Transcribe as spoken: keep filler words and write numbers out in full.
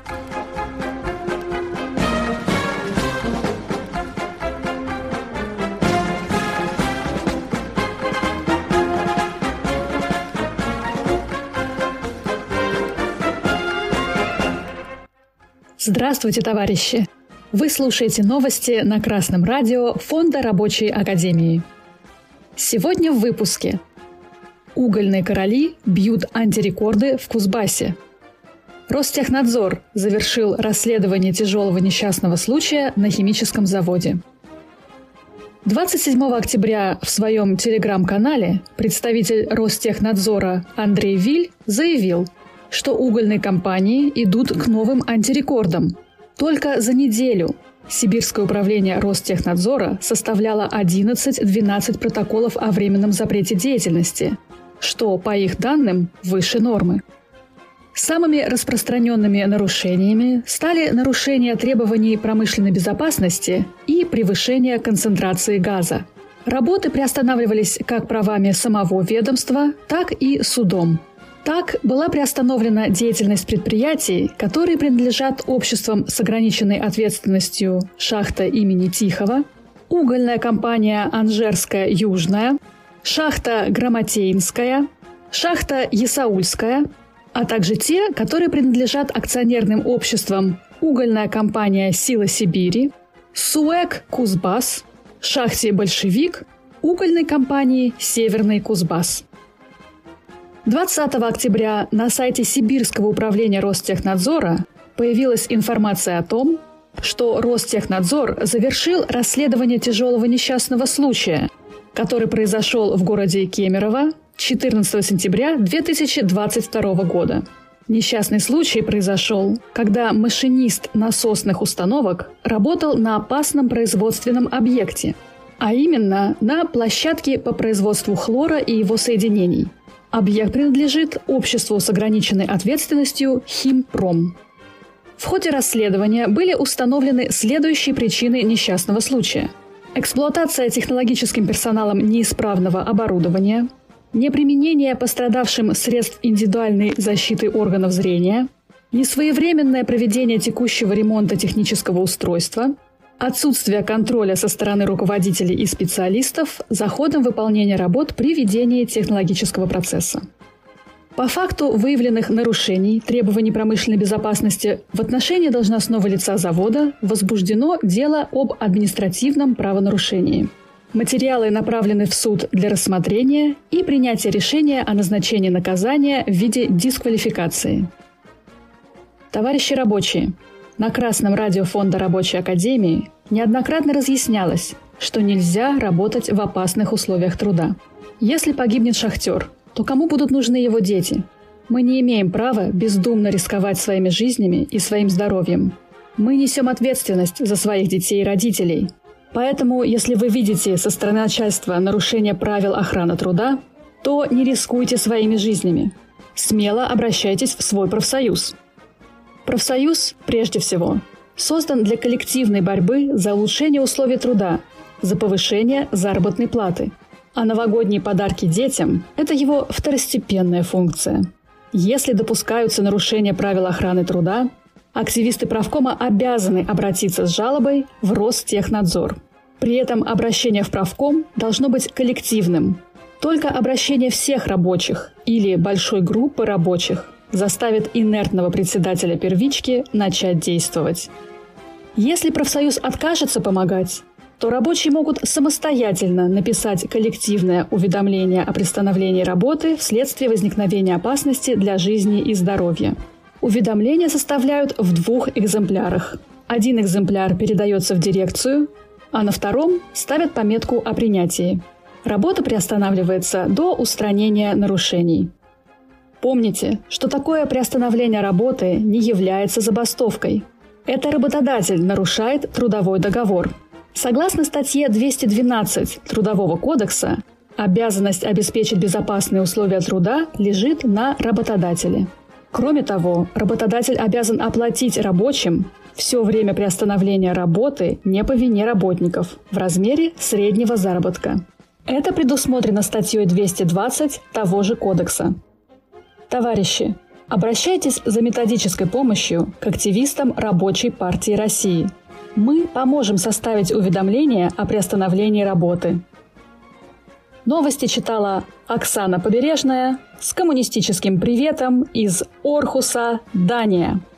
Здравствуйте, товарищи! Вы слушаете новости на Красном радио Фонда Рабочей Академии. Сегодня в выпуске. Угольные короли бьют антирекорды в Кузбассе. Ростехнадзор завершил расследование тяжелого несчастного случая на химическом заводе. двадцать седьмого октября в своем телеграм-канале представитель Ростехнадзора Андрей Виль заявил, что угольные компании идут к новым антирекордам. Только за неделю Сибирское управление Ростехнадзора составляло одиннадцать-двенадцать протоколов о временном запрете деятельности, что, по их данным, выше нормы. Самыми распространенными нарушениями стали нарушения требований промышленной безопасности и превышение концентрации газа. Работы приостанавливались как правами самого ведомства, так и судом. Так, была приостановлена деятельность предприятий, которые принадлежат обществам с ограниченной ответственностью «Шахта имени Тихого», угольная компания «Анжерская Южная», шахта «Грамотеинская», шахта «Ясаульская», а также те, которые принадлежат акционерным обществам угольная компания «Сила Сибири», СУЭК «Кузбасс», шахте «Большевик», угольной компании «Северный Кузбасс». двадцатого октября на сайте Сибирского управления Ростехнадзора появилась информация о том, что Ростехнадзор завершил расследование тяжелого несчастного случая, который произошел в городе Кемерово четырнадцатого сентября две тысячи двадцать второго года. Несчастный случай произошел, когда машинист насосных установок работал на опасном производственном объекте, а именно на площадке по производству хлора и его соединений. Объект принадлежит обществу с ограниченной ответственностью «Химпром». В ходе расследования были установлены следующие причины несчастного случая. Эксплуатация технологическим персоналом неисправного оборудования, неприменение пострадавшим средств индивидуальной защиты органов зрения, несвоевременное проведение текущего ремонта технического устройства, отсутствие контроля со стороны руководителей и специалистов за ходом выполнения работ при ведении технологического процесса. По факту выявленных нарушений требований промышленной безопасности в отношении должностного лица завода возбуждено дело об административном правонарушении. Материалы направлены в суд для рассмотрения и принятия решения о назначении наказания в виде дисквалификации. Товарищи рабочие, на Красном радио Фонда Рабочей Академии неоднократно разъяснялось, что нельзя работать в опасных условиях труда. Если погибнет шахтер, то кому будут нужны его дети? Мы не имеем права бездумно рисковать своими жизнями и своим здоровьем. Мы несем ответственность за своих детей и родителей. Поэтому, если вы видите со стороны начальства нарушение правил охраны труда, то не рискуйте своими жизнями. Смело обращайтесь в свой профсоюз. Профсоюз, прежде всего, создан для коллективной борьбы за улучшение условий труда, за повышение заработной платы. А новогодние подарки детям – это его второстепенная функция. Если допускаются нарушения правил охраны труда, активисты правкома обязаны обратиться с жалобой в Ростехнадзор. При этом обращение в правком должно быть коллективным. Только обращение всех рабочих или большой группы рабочих заставит инертного председателя первички начать действовать. Если профсоюз откажется помогать, то рабочие могут самостоятельно написать коллективное уведомление о приостановлении работы вследствие возникновения опасности для жизни и здоровья. Уведомления составляют в двух экземплярах. Один экземпляр передается в дирекцию, а на втором ставят пометку о принятии. Работа приостанавливается до устранения нарушений. Помните, что такое приостановление работы не является забастовкой. Это работодатель нарушает трудовой договор. Согласно статье двести двенадцать Трудового кодекса, обязанность обеспечить безопасные условия труда лежит на работодателе. Кроме того, работодатель обязан оплатить рабочим все время приостановления работы не по вине работников в размере среднего заработка. Это предусмотрено статьей двести двадцать того же кодекса. Товарищи, Обращайтесь за методической помощью к активистам Рабочей партии России. Мы поможем составить уведомление о приостановлении работы. Новости читала Оксана Побережная с коммунистическим приветом из Орхуса, Дания.